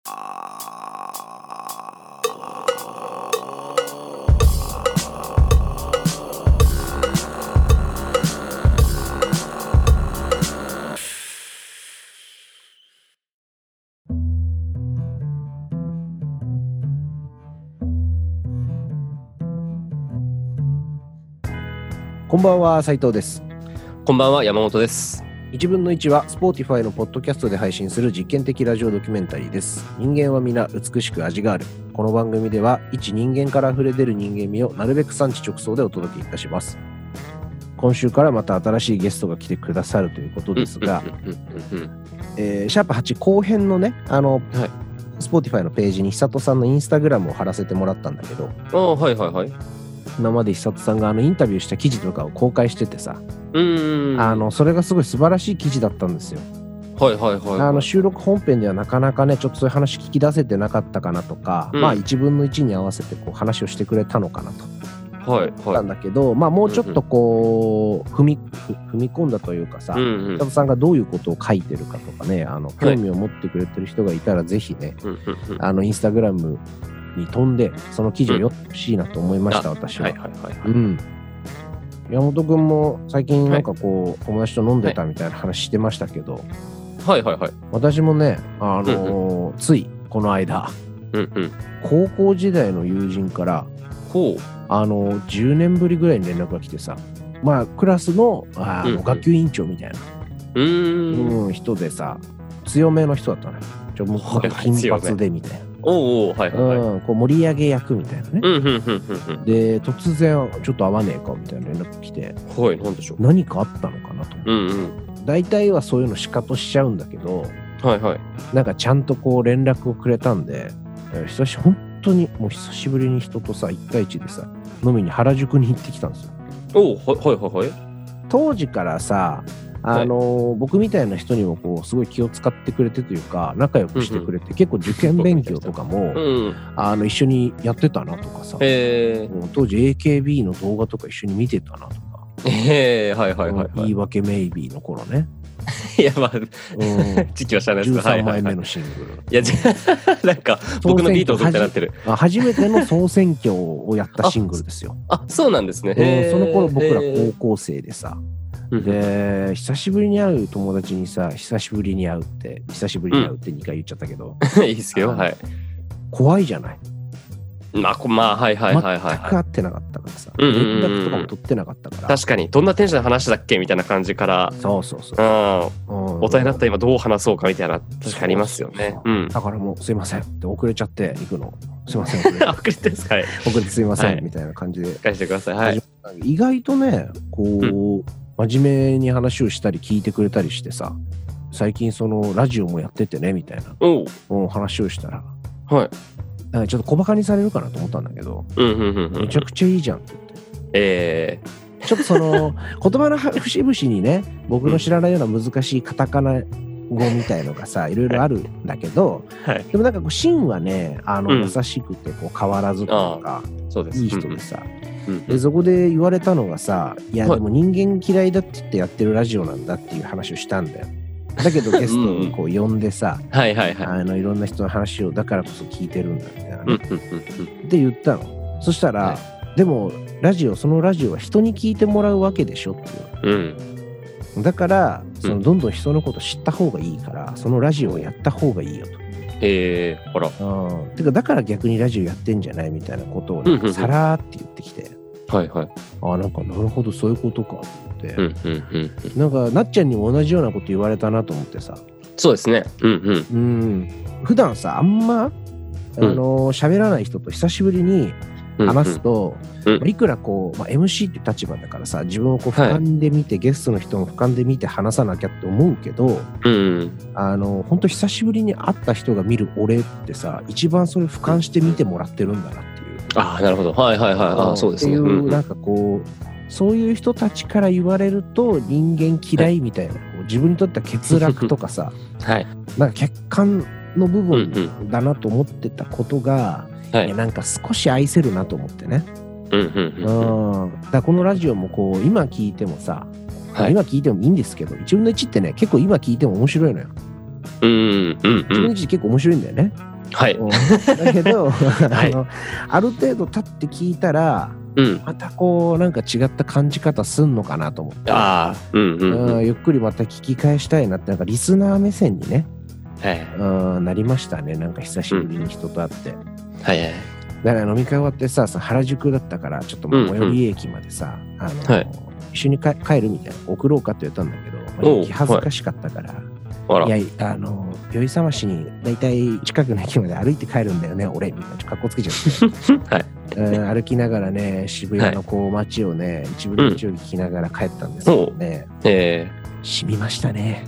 こんばんは、斉藤です。 こんばんは、山本です。 1分の1は Spotify のポッドキャストで配信する実験的ラジオドキュメンタリーです。人間は皆美しく味がある。この番組では一人間から溢れ出る人間味をなるべく産地直送でお届けいたします。今週からまた新しいゲストが来てくださるということですが、シャープ8後編のね、Spotify のページに久人さんのインスタグラムを貼らせてもらったんだけど、今まで久人さんがインタビューした記事とかを公開しててさ、それがすごい素晴らしい記事だったんですよ。収録本編ではなかなかね、ちょっとそういう話聞き出せてなかったかなとか、1分の1に合わせてこう話をしてくれたのかなとなんだけど、もうちょっとこう踏み込んだというかさ、久人さんがどういうことを書いてるかとかね、興味を持ってくれてる人がいたらぜひね、インスタグラムに飛んでその記事を読んでほしいなと思いました、私は。山本君も最近なんかこう、友達と飲んでたみたいな話してましたけど、私もね、ついこの間、高校時代の友人から10年ぶりぐらいに連絡が来てさ、クラスの学級委員長みたいな人でさ、強めの人だったね。もっと金髪でみたいな。こう盛り上げ役みたいなね。で、突然ちょっと会わねえかみたいな連絡来て、何かあったのかなと思って。大体はそういうのシカトしちゃうんだけど、なんかちゃんとこう連絡をくれたんで、本当にもう久しぶりに人とさ、1対1でさ、飲みに原宿に行ってきたんですよ。当時からさ、僕みたいな人にもこうすごい気を使ってくれてというか仲良くしてくれて、結構受験勉強とかも一緒にやってたなとかさ、当時 AKB の動画とか一緒に見てたなとか、言い訳メイビーの頃ね。 いや時期は知らないです 13枚目のシングル。 いやなんか僕のビートってなってる。 初めての総選挙をやったシングルですよ。 そうなんですね。 その頃僕ら高校生でさ、で久しぶりに会う友達にさ、久しぶりに会うって2回言っちゃったけど、 いいですよ。 怖いじゃない。全く会全ってなかったからさ、連絡とかも取ってなかったから、 確かにどんなテンションで話だっけみたいな感じから、大人になった今どう話そうかみたいな、確かありますよね。 だからもうすいませんって遅れちゃって行くの、すいません遅れてですか。 遅れてすいませんみたいな感じで返してください。 意外とね、こう真面目に話をしたり聞いてくれたりしてさ、最近そのラジオもやっててねみたいな話をしたら、ちょっと小バカにされるかなと思ったんだけど、めちゃくちゃいいじゃんって言って、ちょっとその言葉の節々にね、僕の知らないような難しいカタカナ語みたいのがさ、いろいろあるんだけど、でもなんかこう芯はね、優しくてこう変わらずというか、いい人でさ、でそこで言われたのがさ、いやでも人間嫌いだって言ってやってるラジオなんだっていう話をしたんだよ。だけどゲストにこう呼んでさ、いろんな人の話をだからこそ聞いてるんだみたいなねって言ったの。そしたら、でもそのラジオは人に聞いてもらうわけでしょっていう、だからそのどんどん人のこと知った方がいいから、そのラジオをやった方がいいよと。てかだから逆にラジオやってんじゃないみたいなことをさらーって言ってきて、なんかなるほどそういうことかと思って、なんかなっちゃんにも同じようなこと言われたなと思ってさ。 そうですね。 普段さ、あんま喋らない人と久しぶりに話すと、いくらこう、MC って立場だからさ、自分をこう俯瞰で見て、ゲストの人も俯瞰で見て話さなきゃって思うけど、本当久しぶりに会った人が見る俺ってさ、一番それ俯瞰して見てもらってるんだなっていう。 なるほど。そうですね。 っていうなんかこう、そういう人たちから言われると人間嫌いみたいな、自分にとっては欠落とかさ、なんか客観の部分だなと思ってたことが、なんか少し愛せるなと思ってね。だからこのラジオもこう今聞いてもさ、今聞いてもいいんですけど、1分の1ってね、結構今聞いても面白いのよ。1分の1結構面白いんだよね。 はい、 だけど、はい、ある程度経って聞いたら、またこうなんか違った感じ方すんのかなと思って、ゆっくりまた聞き返したいなって、なんかリスナー目線にね、なりましたね。なんか久しぶりに人と会って、だから飲み会終わってさ、原宿だったからちょっと最寄り駅までさ、一緒に帰るみたいな、送ろうかって言ったんだけど、行き恥ずかしかったから、いや酔い覚ましにだいたい近くの駅まで歩いて帰るんだよね俺みたいな、格好つけちゃって歩きながらね、渋谷のこう街をね、一部の街を聞きながら帰ったんですけどね、染みましたね。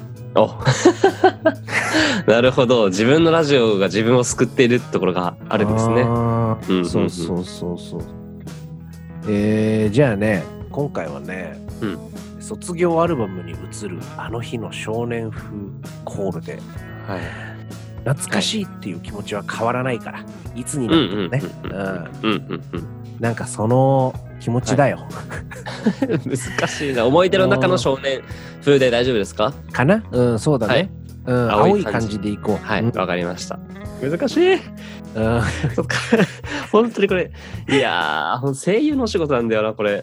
なるほど、自分のラジオが自分を救っているところがあるんですね。 そうそうそうそう。じゃあね、今回はね、卒業アルバムに映るあの日の少年風コールで、懐かしいっていう気持ちは変わらないから、いつになってもね、なんかその気持ちだよ。 難しいな。思い出の中の少年風で大丈夫ですか？ かな？そうだね。青い感じでいこう。 はい、わかりました。難しい。本当にこれ、いやー、声優のお仕事なんだよな、これ。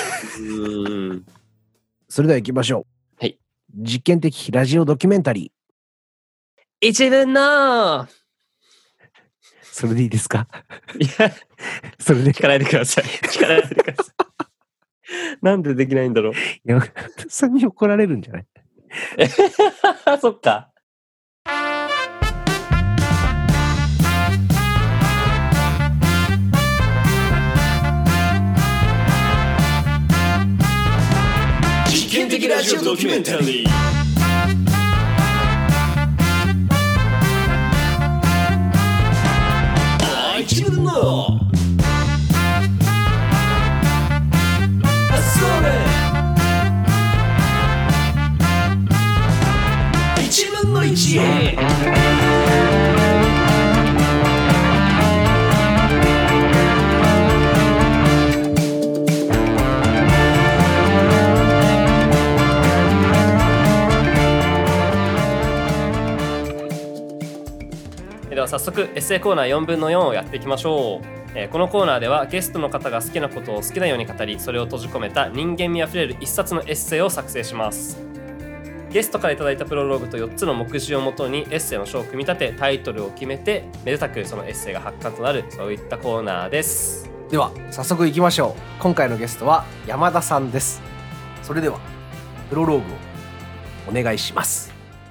それでは行きましょう。 はい。 実験的ラジオドキュメンタリー。一文のそれでいいですか？ いや、それで聞かないでください。聞かないでください。なんでできないんだろう。 山形さんに怒られるんじゃない？ そっか。実験的ラジオドキュメンタリー。一文の1分の1。では早速エッセイコーナー4分の4をやっていきましょう。このコーナーではゲストの方が好きなことを好きなように語り、それを閉じ込めた人間味あふれる一冊のエッセイを作成します。ゲストからいただいたプロローグと4つの目次をもとにエッセイの章を組み立て、タイトルを決めてめでたくそのエッセイが発刊となる、そういったコーナーです。 では早速いきましょう。今回のゲストは山田さんです。それではプロローグをお願いします。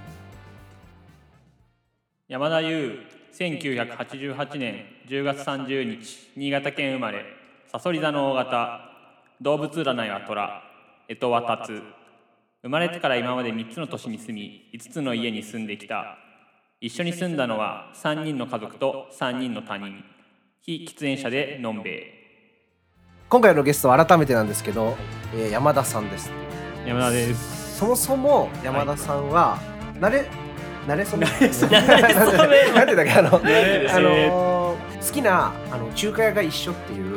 山田優、1988年10月30日新潟県生まれ、さそり座の大型、動物占いは虎、干支は辰。生まれてから今まで3つの都市に住み、5つの家に住んできた。一緒に住んだのは3人の家族と3人の他人。非喫煙者でのんべえ。 今回のゲストは改めてなんですけど、山田さんです。 山田です。 そもそも山田さんは慣れそめなんてだっけ、好きな中華屋が一緒っていう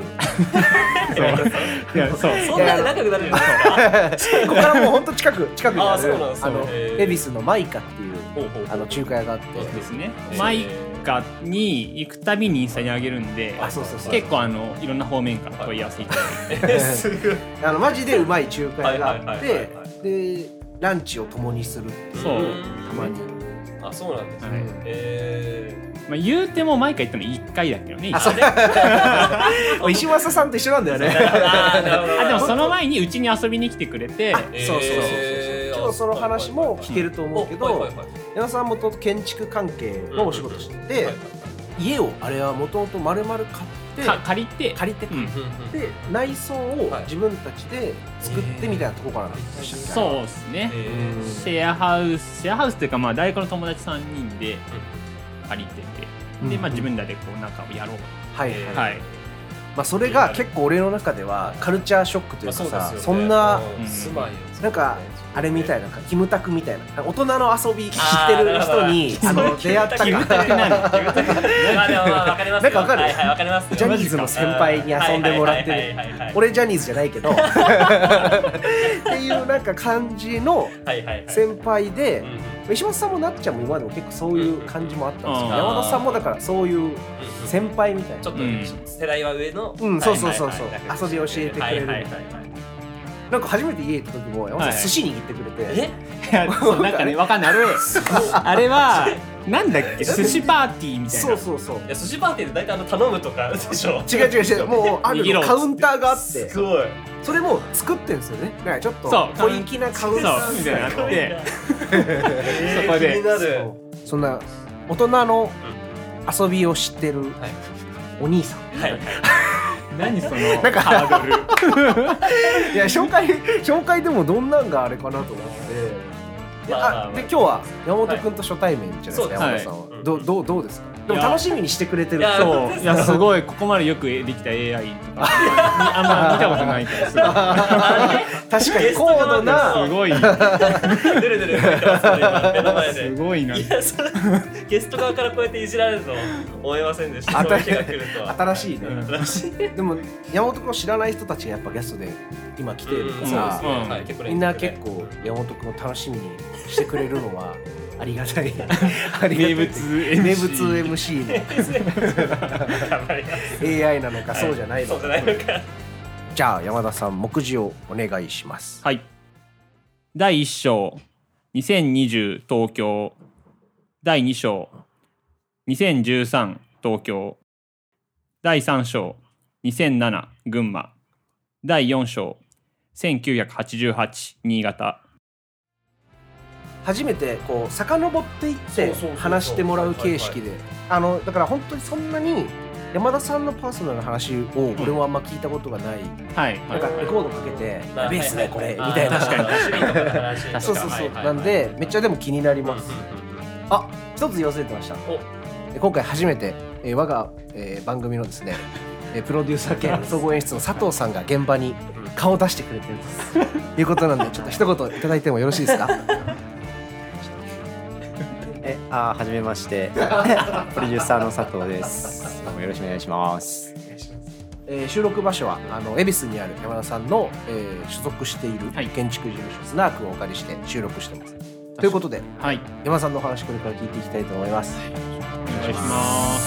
そんなに仲良くなれるんですか？ ここからもうほんと近くにある恵比寿のマイカっていう中華屋があってですね、マイカに行くたびにインスタにあげるんで、結構いろんな方面から問い合わせいただいてマジでうまい中華屋があって、でランチを共にするっていう、たまに。 あ、そうなんですね。 言うても毎回行ったの1回だけどね。 石正さんと一緒なんだよね。 でもその前にうちに遊びに来てくれて、 そう今日その話も聞けると思うけど、山田さんもともと建築関係のお仕事してて、家をあれはもともと丸々買って借りて、 で内装を自分たちで作ってみたいなとこからなんでしたっけ？ そうですね。シェアハウスっていうか、大学の友達3人で借りてて、で自分らでこう中をやろう。 はい。それが結構俺の中ではカルチャーショックというかさ、そんななんかあれみたいなキムタクみたいな大人の遊び知ってる人に出会ったキムタクなのまあでもまあ分かりますよ。 なんか分かる、 はいはい分かりますよ。 ジャニーズの先輩に遊んでもらってる俺ジャニーズじゃないけどっていうなんか感じの先輩で、石橋さんもなっちゃんも今までも結構そういう感じもあったんですけど、山田さんもだからそういう先輩みたいな、 ちょっと世代は上のそうそうそうそう遊び教えてくれる。なんか初めて家行った時も山田さん寿司握ってくれて、 そうなんかねわかんないあれはなんだっけ寿司パーティーみたいな。 そういや寿司パーティーで大体頼むとかでしょ。 違うもうあるカウンターがあって、 すごいそれも作ってんですよね。だからちょっと小粋なカウンターみたいなのあってそこでそんな大人の遊びを知ってるお兄さん、 何そのハードルいや紹介でもどんなんがあれかなと思って、で今日は山本君と初対面じゃないですか、山本さんは。どうですか？でも楽しみにしてくれてる。 そういやすごいここまでよくできた AI とかあんま見たことないからすごい確かに高度なすごい出る目の前ですごいな。 ゲスト側からこうやっていじられると思いませんでした。 新しいね。でも山本君を知らない人たちがやっぱゲストで今来てるからさ、みんな結構山本君を楽しみにしてくれるのはありがたい名物 MC の AI なのかそうじゃないのか。じゃあ山田さん目次をお願いします。 はい。第1章2020東京、第2章2013東京、第3章2007群馬、第4章1988新潟。 初めてこう遡っていって話してもらう形式で、だから本当にそんなに山田さんのパーソナルな話を俺もあんま聞いたことがない、なんかレコードかけて「やべえっすねこれ」みたいな。 確かにそうなんでめっちゃでも気になります。あ、一つ言わせてました。今回初めて我が番組のですねプロデューサー兼総合演出の佐藤さんが現場に顔を出してくれてるということなんで、ちょっと一言いただいてもよろしいですか？ はじめましてプロデューサーの佐藤です。どうもよろしくお願いします。 収録場所は恵比寿にある山田さんの、所属している建築事務所、スナークをお借りして収録してます。ということで、山田さんのお話これから聞いていきたいと思います。 お願いします。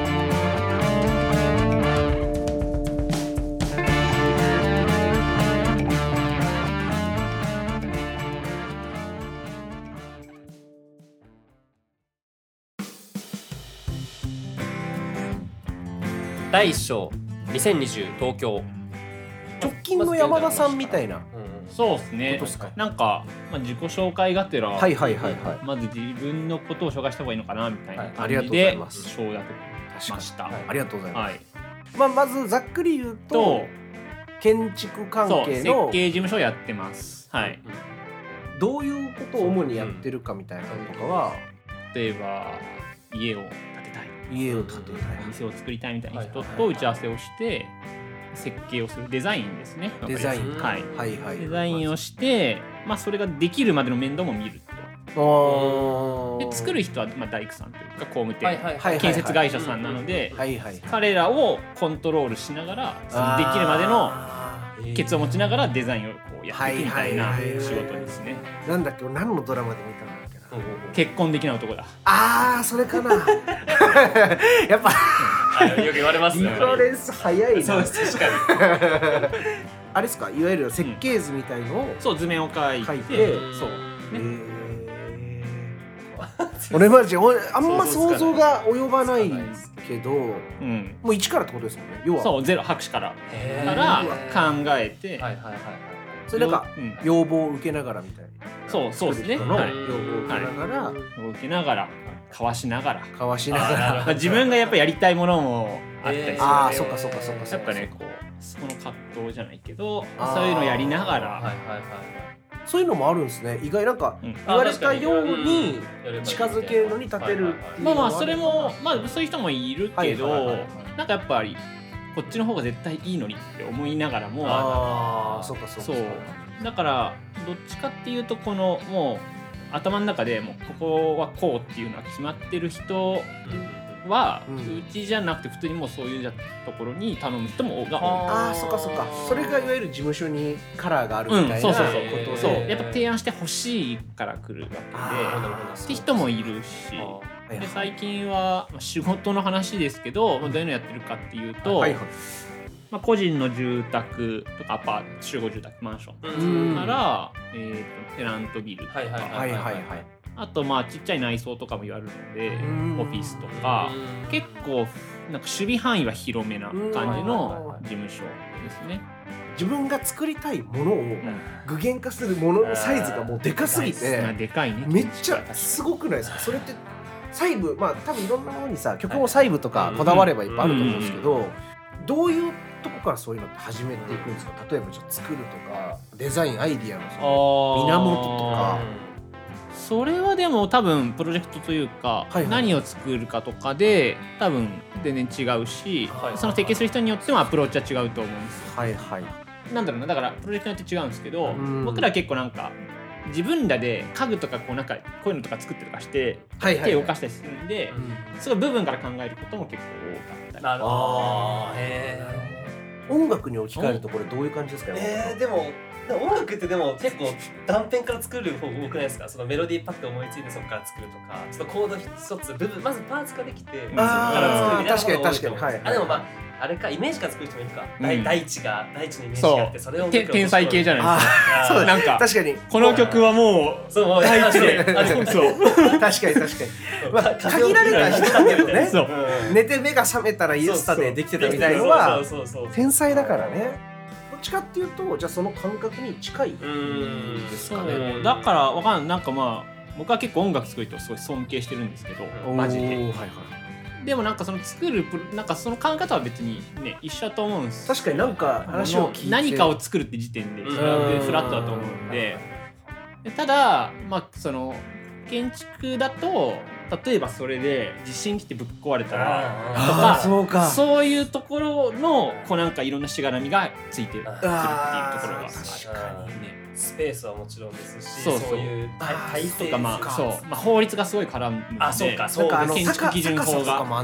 第1章2020東京。 直近の山田さんみたいな。 そうですね。なんか、自己紹介がてら、まず自分のことを紹介した方がいいのかなみたいな感じで承諾しました。 ありがとうございます。まずざっくり言うと建築関係の設計事務所やってます。はい。 どういうことを主にやってるかみたいなのとかは、 例えば家を建てたい、 店を作りたいみたいな人と打ち合わせをして設計をするデザインですね。 デザイン、 デザインをして、それができるまでの面倒も見ると。で作る人は大工さんというか工務店、建設会社さんなので、彼らをコントロールしながらできるまでのケツを持ちながらデザインをこうやっていくみたいな仕事ですね。 なんだっけ、何のドラマで見たんだっけな。 結婚できない男だ。 それかな。やっぱよく言われますね。 リファレンス早いな。 そうです、確かに。 あれですか、いわゆる設計図みたいのをそう図面を描いて、そう俺マジあんま想像が及ばないけど、もう一からってことですもんね。要はそうゼロ白紙から考えて、 それなんか要望を受けながらみたいな。 そうですね。要望を受けながら交わしながら自分がやっぱやりたいものもあったりする。 そっかやっぱね、こうその葛藤じゃないけど、そういうのやりながら、 そういうのもあるんですね。意外なんか言われたように近づけるのに立てる。 それもそういう人もいるけど、なんかやっぱりこっちの方が絶対いいのにって思いながらも、 そうだからどっちかっていうとこのもう頭の中でもうここはこうっていうのは決まってる人は、うちじゃなくて普通にもうそういうところに頼む人もが多い。 ああ、そっかそっか。それがいわゆる事務所にカラーがあるみたいなそうそうことそう。やっぱ提案してほしいから来るわけでって人もいるし、で最近は仕事の話ですけど、どういうのやってるかっていうと、個人の住宅とかアパート、集合住宅マンションから、テナントビルとか、あとちっちゃい内装とかもやるのでオフィスとか結構なんか守備範囲は広めな感じの事務所ですね。 自分が作りたいものを具現化するもののサイズがもうでかすぎて、 でかいね。 めっちゃすごくないですか？それって細部、多分いろんなものにさ、曲も細部とかこだわればいっぱいあると思うんですけど、どういうとこからそういうのって始めていくんですか？例えばじゃあ作るとかデザインアイディアのその源とか。 それはでも多分プロジェクトというか、何を作るかとかで多分全然違うし、その設計する人によってもアプローチは違うと思うんです。なんだろうな、だからプロジェクトによって違うんですけど、僕ら結構なんか自分らで家具とかなんかこういうのとか作ってとかして手を動かしたりするんで、すごい部分から考えることも結構多かったり。 なるほど。音楽に置き換えるとこれどういう感じですかね？ でも音楽ってでも結構断片から作る方が多くないですか？そのメロディーパッと思いついてそこから作るとか、ちょっとコード一つ部分まずパーツができてそこから作るみたいなのが多いと思う。でもあれかイメージから作る人もいるか。大地のイメージがあってそれを天才系じゃないですか。 そうなんか確かにこの曲はもう大地で確かに限られた人だけどね。寝て目が覚めたらイエスタでできてたみたいのは天才だからね。どっちかっていうとじゃあその感覚に近いですかね。 だからわかんない。なんか僕は結構音楽作る人をすごい尊敬してるんですけど、マジで。でもなんかその作るなんかその考え方は別にね一緒だと思うんです。 確かになんか話を聞いて何かを作るって時点でそれはフラットだと思うんで、ただその建築だと例えばそれで地震来てぶっ壊れたらとかそういうところのなんかいろんなしがらみがついてくるっていうところが確かにね。スペースはもちろんですし、そういう体制とか法律がすごい絡むので、建築基準法が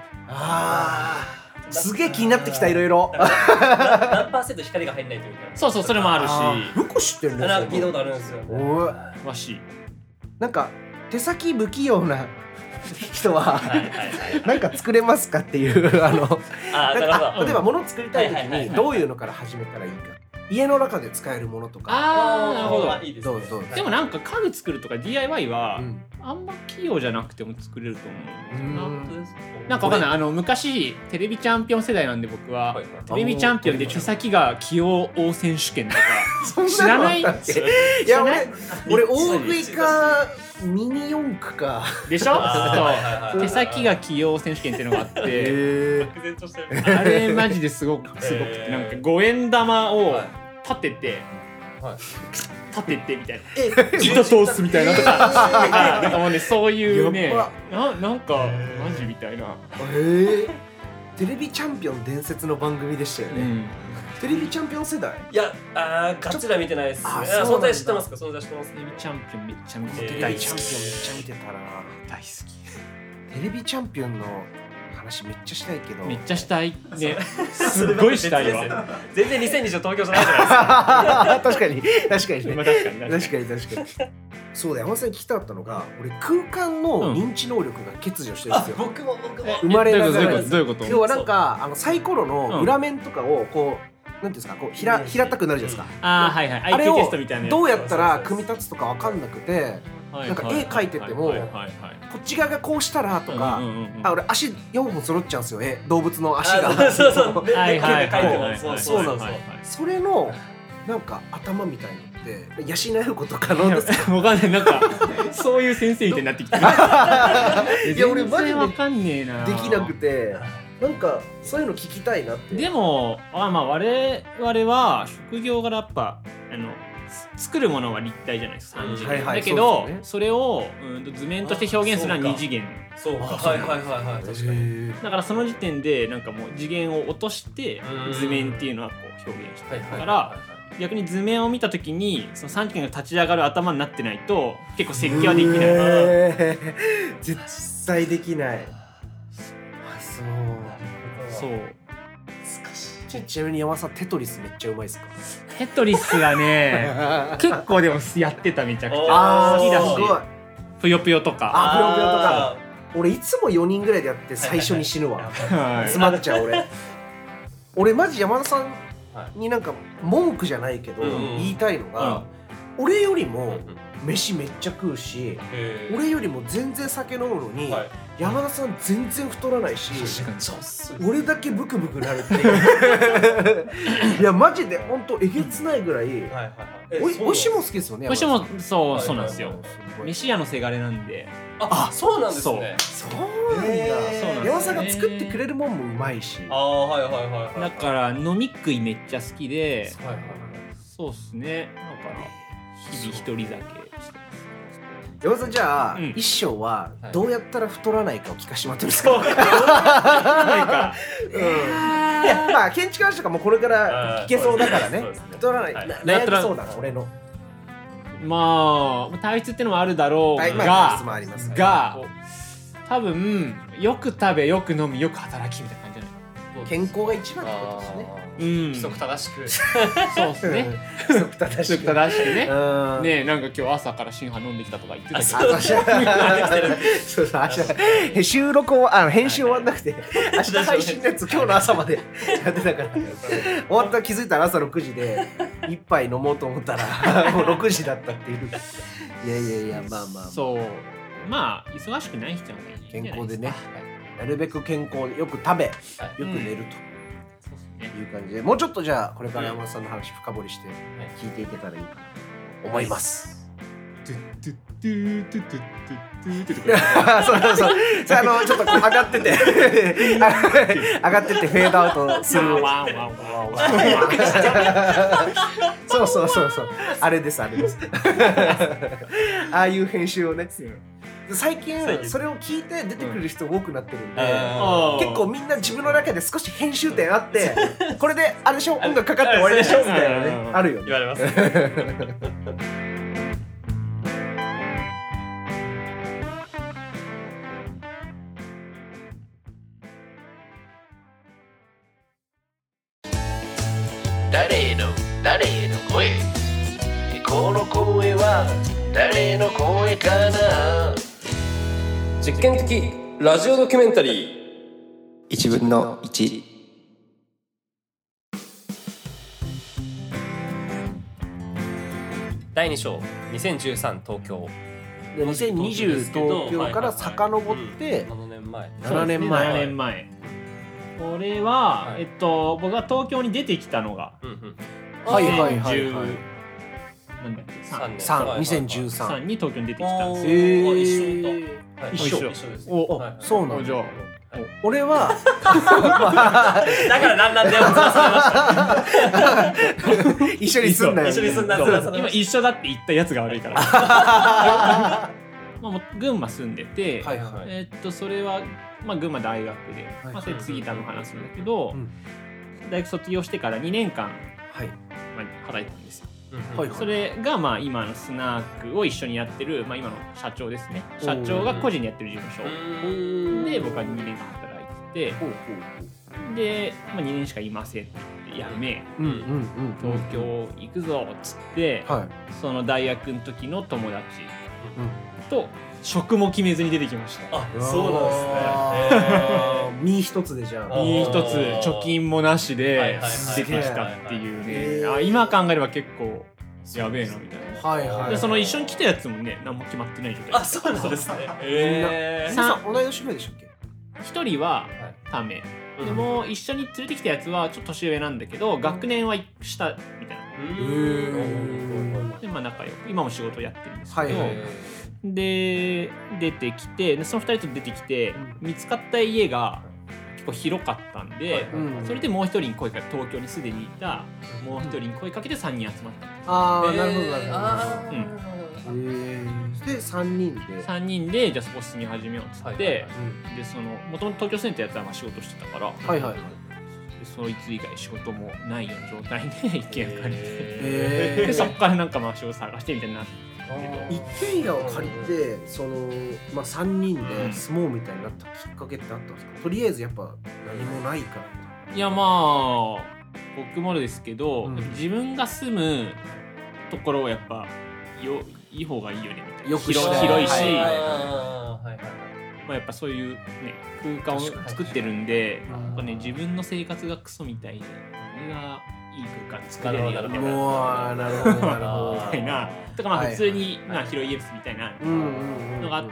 すげえ気になってきたいろいろ。 何%光が入んないというか。 そうそれもあるし。 よく知ってるね。 聞いたことあるんですよ。 わしい。 なんか手先不器用な人はなんか作れますかっていう例えば物作りたい時にどういうのから始めたらいいか。家の中で使えるものとか。 なるほど。 いいですね。 でもなんか家具作るとか DIY はあんま器用じゃなくても作れると思うんですよ。なんかわかんない。昔テレビチャンピオン世代なんで僕はテレビチャンピオンで手先が器用王選手権とか知らない？いや俺大食いかミニ四駆かでしょ？手先が器用選手権っていうのがあってあれマジですごくてなんか5円玉を立ててみたいな糸通すみたいなとかなんかもうねそういうねなんかマジみたいなテレビチャンピオン伝説の番組でしたよね。テレビチャンピオン世代？ いやガチでは見てないです。存在知ってますか？存在知ってます。 テレビチャンピオンめっちゃ見て大好き。チャンピオンめっちゃ見てたな。 大好き。 テレビチャンピオンの話めっちゃしたいけど。 めっちゃしたいね。すごいしたいわ。 全然2020東京じゃないじゃないですか。 確かにね。確かに。そうだよ。山田さんに聞きたかったのが、俺空間の認知能力が欠如してるんですよ。 僕も生まれながら。 どういうこと？ 要はなんかサイコロの裏面とかをこう。なんていうんですか、こう平たくなるじゃないですか。 あれをどうやったら組み立つとかわかんなくて、なんか絵描いててもこっち側がこうしたらとか、俺足4本揃っちゃうんですよ。動物の足が。 そうそれのなんか頭みたいのって養うこと可能ですか？ わかんない。なんかそういう先生みたいになってきた。いや俺マジでわかんねえな。 できなくて。なんかそういうの聞きたいなって。 でも我々は職業柄やっぱ作るものは立体じゃないですか。3次元だけどそれを図面として表現するのは2次元。 そうか。確かに。 だからその時点でなんかもう次元を落として図面っていうのはこう表現したいから逆に図面を見た時にその三点が立ち上がる頭になってないと結構設計はできない。 絶対できない。そう。ちなみに山田さんテトリスめっちゃうまいですか？ テトリスがね結構でもやってた、めちゃくちゃ好きだし、ぷよぷよとか。 ぷよぷよとか。俺いつも4人ぐらいでやって最初に死ぬわ。詰まっちゃう俺マジ山田さんになんか文句じゃないけど言いたいのが、俺よりも飯めっちゃ食うし、俺よりも全然酒飲むのに山田さん全然太らないし、俺だけブクブクなるっていういやマジでほんとえげつないぐらい。おいしも好きですよね。 おいしもそうなんですよ。飯屋のせがれなんで。 そうなんですね。 そうなんだ。山田さんが作ってくれるもんもうまいし。 だから飲み食いめっちゃ好きで、そうっすね。だから日々一人酒してます。 山田さんじゃあ一生はどうやったら太らないかを聞かしてもらっていいですか？いやまあ建築話とかもこれから聞けそうだからね。太らない悩みそうだな俺の。 まあ体質ってのもあるだろうが、多分よく食べよく飲みよく働きみたいな感じじゃない？ 健康が一番ってことですね。 規則正しく。 そうですね。 規則正しくね。ね、なんか今日朝から新派飲んできたとか言ってたけど。そう明日収録を編集終わんなくて明日配信のやつ今日の朝までやってたから、終わったら気づいたら朝6時で一杯飲もうと思ったらもう6時だったっていう。いやまあそうまあ忙しくない人はね、 健康でね、なるべく健康でよく食べよく寝るという感じで、もうちょっとじゃあこれから山田さんの話深掘りして聞いていけたらいいかなと思います。そうちょっと上がってて上がっててフェードアウトするそうあれですああいう編集をね、最近それを聞いて出てくる人多くなってるんで、結構みんな自分の中で少し編集点あってこれであれでしょ、音楽かかって終わりでしょみたいなね、あるよね。 言われます。 誰の声、この声は誰の声かな。 実験的ラジオドキュメンタリー 1分の1。 第2章2013東京。 2020東京から遡って7年前。 これは僕が東京に出てきたのが 2013 に東京に出てきたんですよ。 一緒です。 そうなんだ。俺はだからなんで一緒に住んだよ。 今一緒だって言ったやつが悪いから群馬住んでて、それは群馬大学でそれ次多分話すんだけど、大学卒業してから2年間働いたんですよ。それが今のスナークを一緒にやってる、今の社長ですね。社長が個人でやってる事務所で僕は2年間働いてて、で、2年しかいませんって言ってやめ、東京行くぞっつって、その大学の時の友達と職も決めずに出てきました。 そうなんですね。 身一つでじゃあ身一つ貯金もなしで出てきたっていうね。今考えれば結構やべえなみたいな。でその一緒に来たやつもね何も決まってない状態。 そうなんですね。 同い年ぐらいでしたっけ？ 一人はためでも一緒に連れてきたやつはちょっと年上なんだけど学年は下みたいな。で仲良く今も仕事やってるんですけど。で出てきてでその2人と出てきて見つかった家が結構広かったんで、それでもう一人に声かけ東京にすでにいたもう一人に声かけて3人集まった。 なるほどなるほど。で3 人でじゃあそこ住み始めようっつって、でその元々東京住んでたやつは仕事してたから、 そいつ以外仕事もないような状態で一軒家借りて、でそこからなんかまあ仕事探してみたいになって。 一軒家を借りて3人で住もうみたいになったきっかけってあったんですか？とりあえずやっぱ何もないから。 いやまあ僕もですけど、自分が住むところはやっぱいい方がいいよねみたいな。 よく広いし、やっぱそういうね空間を作ってるんで、やっぱね自分の生活がクソみたいで、それがいい空間作れるよねみたいな。とかまあ普通に広い家ですみたいなのがあって、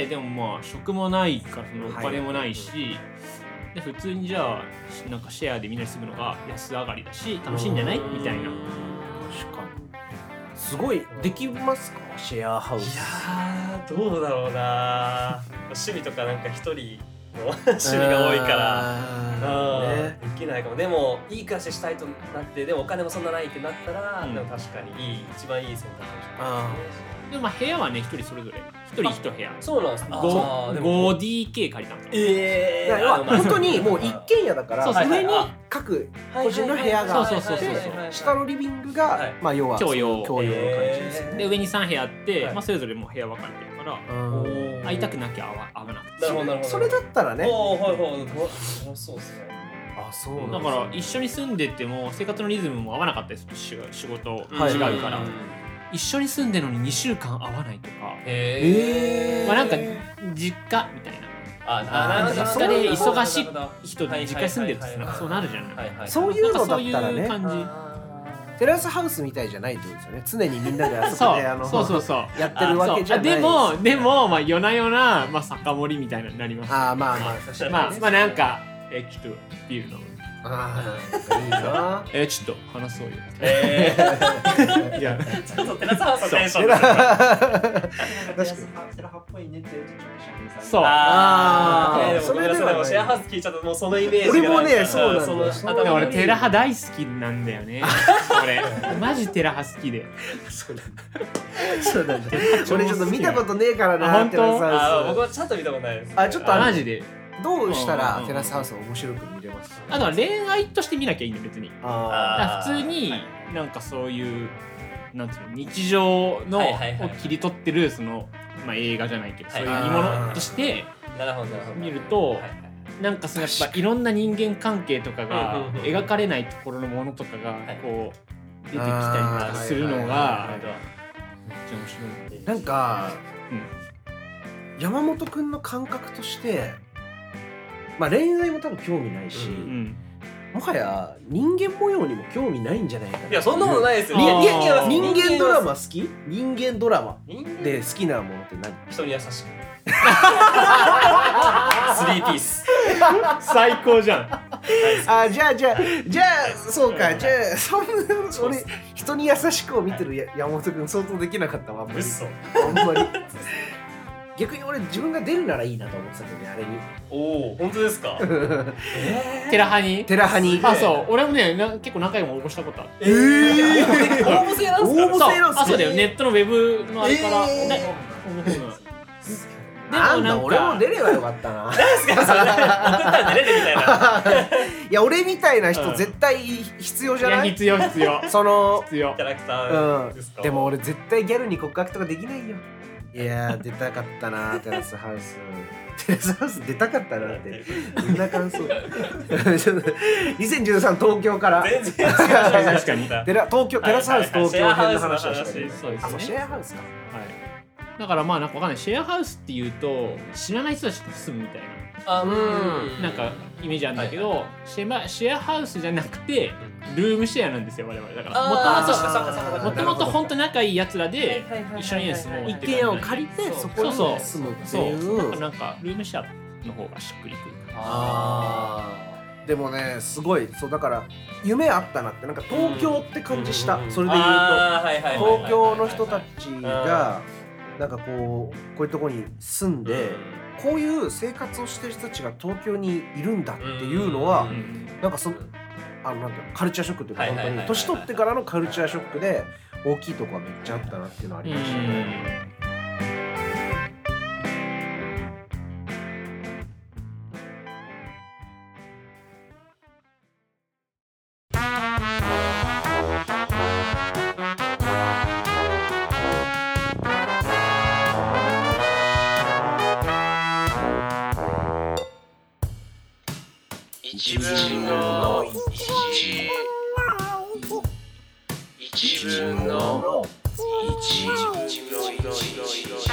でもまあ職もないからそのお金もないし、で普通にじゃあなんかシェアでみんなで住むのが安上がりだし楽しいんじゃないみたいな。 確かにすごいできますかシェアハウス？ いやーどうだろうな趣味とかなんか一人の趣味が多いからできないかも。でもいい暮らししたいとなって、でもお金もそんなないってなったら、でも確かに一番いい選択かもしれないですね。 でもまあ部屋はね一人それぞれ一人一部屋。 そうなんですか。 5DK 借りたんですよ。 本当にもう一軒家だから上に各個人の部屋があって下のリビングがまあ要は共用の感じですね。 で上に3部屋あって、まあそれぞれもう部屋分かれてるから会いたくなきゃ会わなくて。 それだったらね。 そうですね。 あ、そうだから一緒に住んでても生活のリズムも合わなかったりする。仕事違うから。一緒に住んでるのに2週間会わないとか、まあなんか実家みたいな、実家で忙しい人で実家に住んでるってそうなるじゃない。 そういうのだったらね、 そういう感じ。 テラスハウスみたいじゃないってことですよね。常にみんなであそこでそうやってるわけじゃない。 でもまあ夜な夜なまあ酒盛りみたいなになります。 まあなんかちょっとビール飲む。 いいな。 ちょっと話そうよ。 いや、ちょっとテラスハウスのテンション。 テラハっぽいねってそう。 それでもシェアハウス聞いちゃうともうそのイメージが。 俺もね、そうなんだよ。 俺テラハ大好きなんだよね。俺マジテラハ好きで。 そうなんだ。俺ちょっと見たことねえからな。 本当？ 僕はちゃんと見たことないです。 ちょっとマジで。 どうしたらテラスハウスを面白く見れます？ だから恋愛として見なきゃいいんだよ別に。普通になんかそういうなんていうの日常のを切り取ってるそのまあ映画じゃないけどそういう見物として見るとなんかそのやっぱいろんな人間関係とかが描かれないところのものとかがこう出てきたりするのがめっちゃ面白い。 なんか山本くんの感覚としてまあ恋愛も多分興味ないし、もはや人間模様にも興味ないんじゃないかな。 いやそんなことないですよ。 人間ドラマ好き？人間ドラマで好きなものって何？ 人に優しく。スリーピース。 最高じゃん。 じゃあそうか。じゃあそんな俺人に優しくを見てる山本くん相当できなかったわ。あんまり。逆に俺自分が出るならいいなと思ってたけどね、あれに。 本当ですか？ テラハに？ テラハに。 そう俺もね結構何回も応募したことあって。 応募制なんですか？ そうだよ。ネットのウェブのあれからでもなんか俺も出ればよかったな。 何ですかそれ？送ったら出れるみたいな。 いや俺みたいな人絶対必要じゃない？ 必要その必要キャラクターですか？ でも俺絶対ギャルに告白とかできないよ。いや出たかったなテラスハウス。テラスハウス出たかったなってみんな感想。2013東京から全然違う。 確かにテラスハウス東京編の話をしてる。 そうですね。 シェアハウスか。 だからまあなんかわかんない。シェアハウスっていうと知らない人たちと住むみたいななんかイメージあるんだけど、シェアハウスじゃなくてルームシェアなんですよ我々。だからもともと本当仲いいやつらで一緒に住もう一軒家を借りてそこに住むっていう。 なんかルームシェアの方がしっくりくる。 でもねすごいそうだから夢あったなってなんか東京って感じした。それで言うと東京の人たちがなんかこういうとこに住んでこういう生活をしてる人たちが東京にいるんだっていうのはなんかなんていうのカルチャーショックというか本当に年取ってからのカルチャーショックで大きいとこはめっちゃあったなっていうのはありましたね。 1分の1、1分の1。